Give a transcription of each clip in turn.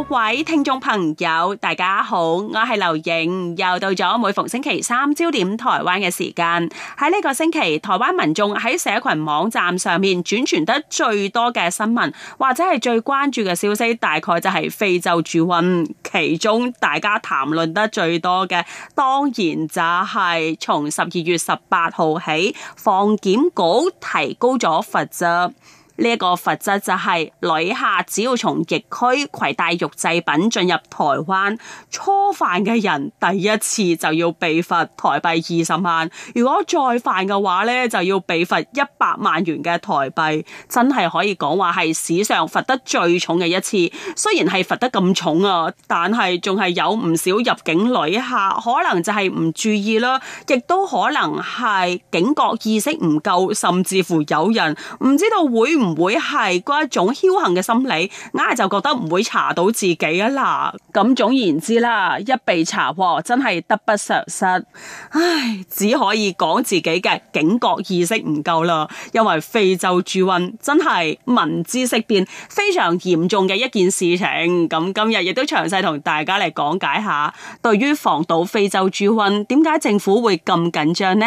位聽眾朋友，大家好，我係劉瑩，又到咗每逢星期三焦點台灣嘅時間。喺呢個星期，台灣民眾喺社群網站上面轉傳得最多嘅新聞，或者係最關注嘅消息，大概就係非洲豬瘟。其中大家談論得最多嘅，當然就係從12月18號起，防檢局提高咗罰則。呢一個罰則就係旅客只要從疫區攜帶肉製品進入台灣，初犯嘅人第一次就要被罰台幣20萬，如果再犯嘅話呢，就要被罰100萬元嘅台幣，真係可以講話係史上罰得最重嘅一次。雖然係罰得咁重啊，但係仲係有唔少入境旅客可能就係唔注意啦，亦都可能係警覺意識唔夠，甚至乎有人唔知道會唔會係嗰一種僥倖嘅心理，硬係就覺得唔會查到自己啊啦。咁總言之啦，一被查獲真係得不償失。唉，只可以講自己嘅警覺意識唔夠啦。因為非洲豬瘟真係聞之色變，非常嚴重嘅一件事情。咁今日亦都詳細同大家嚟講解下，對於防堵非洲豬瘟，點解政府會咁緊張呢？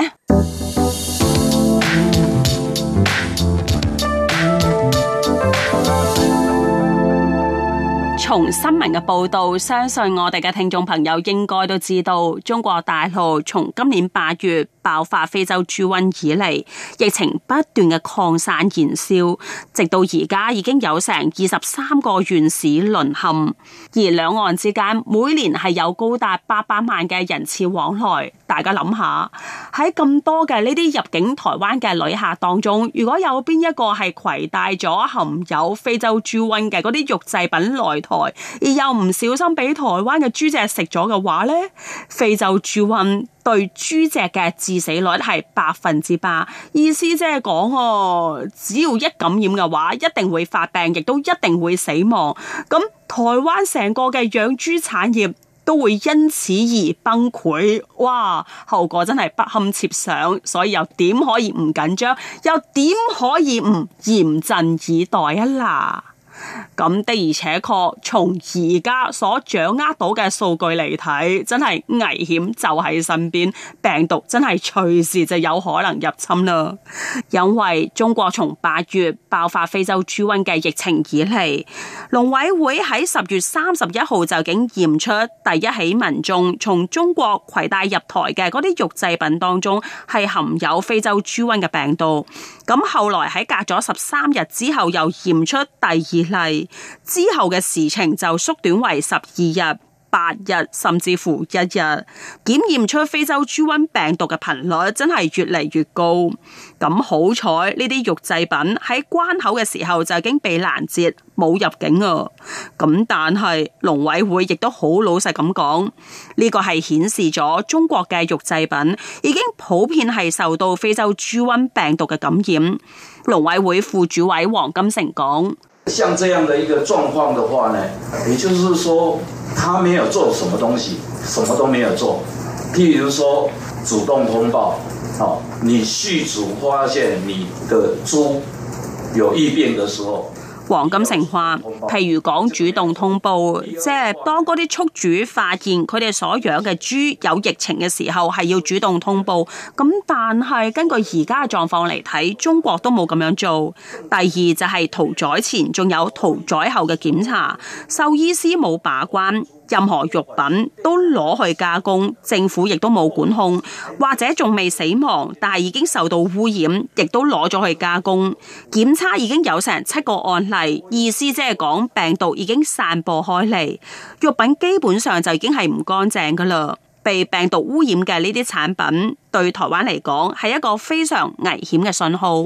從新聞嘅報道，相信我哋嘅聽眾朋友應該都知道，中國大陸從今年8月爆發非洲豬瘟以嚟，疫情不斷嘅擴散延燒，直到而家已經有成23個縣市淪陷，而兩岸之間每年係有高達800萬嘅人次往來。大家諗下，喺咁多嘅呢啲入境台灣嘅旅客當中，如果有邊一個係攜帶咗含有非洲豬瘟嘅嗰啲肉製品來台，而又唔小心俾台灣嘅豬隻食咗嘅話呢，非洲豬瘟對豬隻嘅致死率係100%，意思即係講只要一感染嘅話，一定會發病，亦都一定會死亡。咁台灣成個嘅養豬產業都會因此而崩潰，哇！後果真係不堪設想，所以又點可以唔緊張，又點可以唔嚴陣以待啊啦！咁的而且確，從而家所掌握到嘅數據嚟睇，真係危險就喺身邊，病毒真係隨時就有可能入侵啦。因為中國從8月爆發非洲豬瘟嘅疫情以嚟，農委會喺10月31號就已經驗出第一起民眾從中國攜帶入台嘅嗰啲肉製品當中係含有非洲豬瘟嘅病毒。咁後來喺隔咗13日之後又驗出第2例，之後嘅時程就縮短為12日、8日甚至乎1日，檢驗出非洲豬瘟病毒嘅頻率真係越嚟越高。咁好彩呢啲肉製品喺關口嘅時候就已經被攔截，冇入境啊。咁但係農委會亦都好老實咁講，呢個係顯示咗中國嘅肉製品已經普遍係受到非洲豬瘟病毒嘅感染。農委會副主委黃金城講： 像這樣的一個狀況的話呢，也就是說，他沒有做什麼東西，什麼都沒有做。譬如說，主動通報，你畜主發現你的豬有異變的時候。 黃金城話，譬如講主動通報，即係當嗰啲畜主發現佢哋所養嘅豬有疫情嘅時候，係要主動通報。咁但係根據而家嘅狀況嚟睇，中國都冇咁樣做。第二就係屠宰前仲有屠宰後嘅檢查，獸醫師冇把關。任何肉品都攞去加工，政府亦都冇管控，或者仲未死亡，但係已經受到污染，亦都攞咗去加工。檢測已經有成7個案例，意思即係講病毒已經散播開嚟，肉品基本上就已經係唔乾淨噶啦。被病毒污染嘅呢啲產品，對台灣嚟講係一個非常危險嘅信號。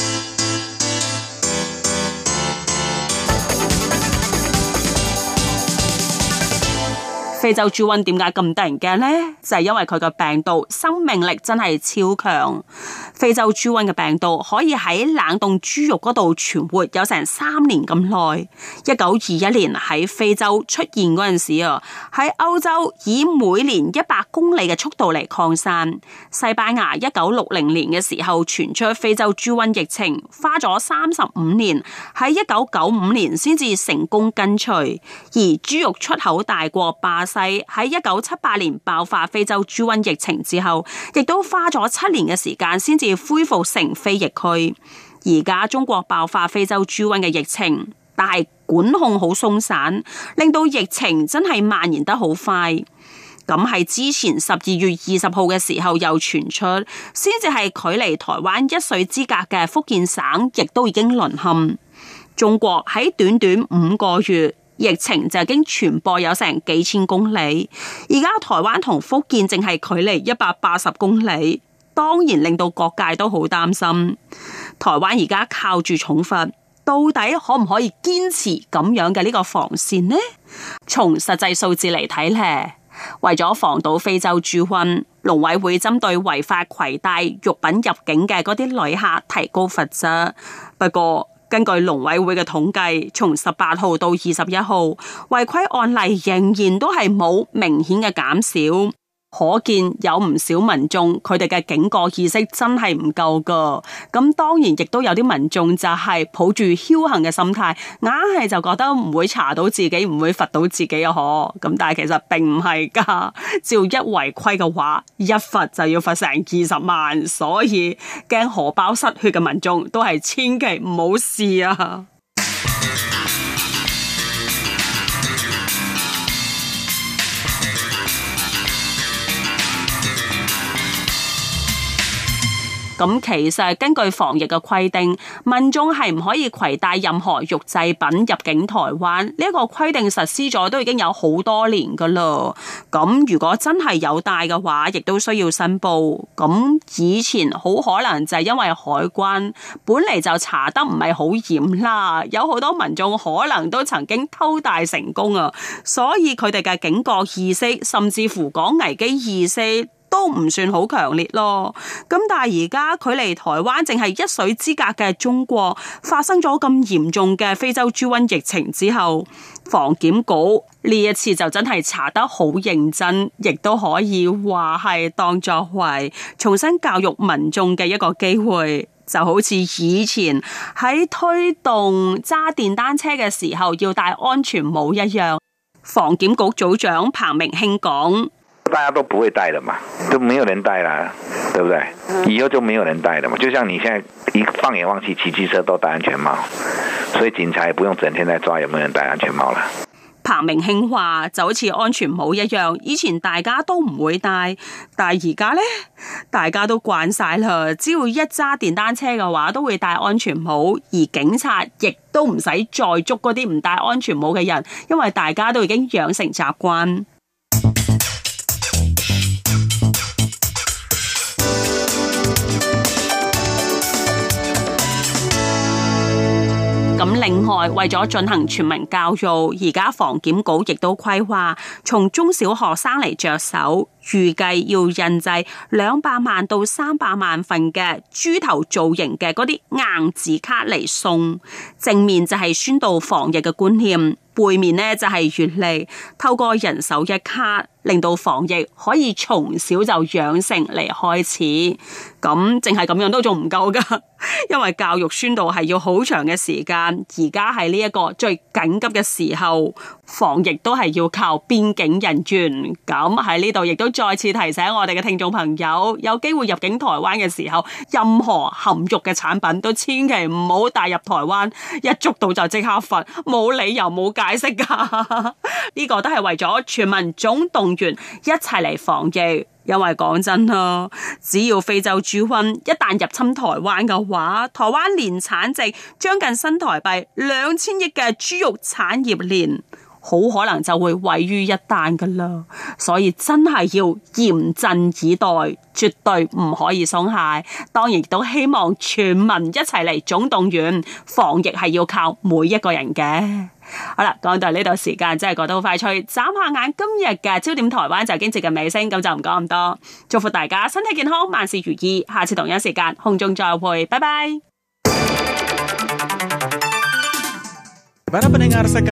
非洲豬瘟點解咁得人驚呢？就係因為佢嘅病毒生命力真係超強。非洲豬瘟嘅病毒可以喺冷凍豬肉嗰度存活有成3年咁耐。1921年喺非洲出現嗰陣時啊，喺歐洲以每年100 公里嘅速度嚟擴散。西班牙1960年嘅時候傳出非洲豬瘟疫情，花咗35年，喺1995年先至成功根除。而豬肉出口大國巴西喺1978年爆發非洲豬瘟疫情之後，亦都花咗7年嘅時間先至恢復成非疫區。而家中國爆發非洲豬瘟嘅疫情，但係管控好鬆散，令到疫情真係蔓延得好快。咁係之前12月20號嘅時候又傳出，先至係距離台灣1水之隔嘅福建省，亦都已經淪陷。中國喺短短5個月，疫情就已經傳播有成幾千公里，而家台灣同福建淨係距離180公里。當然令到各界都好擔心，台灣而家靠住寵物，到底可唔可以堅持咁樣嘅呢個防線呢？從實際數字嚟睇咧，為咗防堵非洲豬瘟，農委會針對違法攜帶肉品入境嘅嗰啲旅客提高罰則。不過根據農委會嘅統計，從18號到21號，違規案例仍然都係冇明顯嘅減少。可見有唔少民眾佢哋嘅警覺意識真係唔夠噶，咁當然亦都有啲民眾就係抱住僥倖嘅心態，硬係就覺得唔會查到自己，唔會罰到自己啊！咁但係其實並唔係噶，只要一違規嘅話，一罰就要罰成20萬，所以驚荷包失血嘅民眾都係千祈唔好試啊！咁其實根據防疫嘅規定，民眾係唔可以攜帶任何肉製品入境台灣。呢一個規定實施咗都已經有好多年噶啦。咁如果真係有帶嘅話，亦都需要申報。咁以前好可能就係因為海關本嚟就查得唔係好嚴啦，有好多民眾可能都曾經偷帶成功啊，所以佢哋嘅警覺意識，甚至乎講危機意識，都唔算好強烈咯。咁但係而家距離台灣淨係1水之隔嘅中國發生咗咁嚴重嘅非洲豬瘟疫情之後，防檢局呢一次就真係查得好認真，亦都可以話係當作為重新教育民眾嘅一個機會。就好似以前喺推動揸電單車嘅時候要戴安全帽一樣。防檢局組長彭明興講， 大家都不會戴了嘛，都沒有人戴啦，對不對？以後就沒有人戴了嘛。就像你現在一放眼望去，騎機車都戴安全帽，所以警察也不用整天在抓有沒有人戴安全帽啦。 彭明興話就好似安全帽一樣，以前大家都唔會戴，但係而家呢，大家都慣晒啦，只要一揸電單車嘅話，都會戴安全帽，而警察亦都唔使再捉嗰啲唔戴安全帽嘅人，因為大家都已經養成習慣。咁另外，為咗進行全民教育，而家防檢局亦都規劃從中小學生嚟着手，預計要印製200萬到300萬份嘅豬頭造型嘅嗰啲硬紙卡嚟送，正面就係宣導防疫嘅觀念，背面呢就係月曆，透過人手一卡，令到防疫可以從小就養成嚟開始。咁淨係咁樣都仲唔夠噶，因為教育宣導係要好長嘅時間，而家係呢一個最緊急嘅時候，防疫都係要靠邊境人員。咁喺呢度亦都再次提醒我哋嘅聽眾朋友，有機會入境台灣嘅時候，任何含肉嘅產品都千祈唔好帶入台灣，一捉到就即刻罰，冇理由冇解釋噶。呢個都係為咗全民總動員一齊嚟防疫。因為講真啦，只要非洲豬瘟一旦入侵台灣嘅話，台灣年產值將近新台幣2000億嘅豬肉產業鏈，好可能就會毀於一旦噶啦。所以真係要嚴陣以待，絕對唔可以鬆懈。當然亦都希望全民一齊嚟總動員，防疫係要靠每一個人嘅。好啦，講到呢度時間真係過得好快脆，眨下眼今日嘅焦點台灣就已經接近尾聲，咁就唔講咁多。祝福大家身體健康，萬事如意。下次同一時間空中再會，拜拜。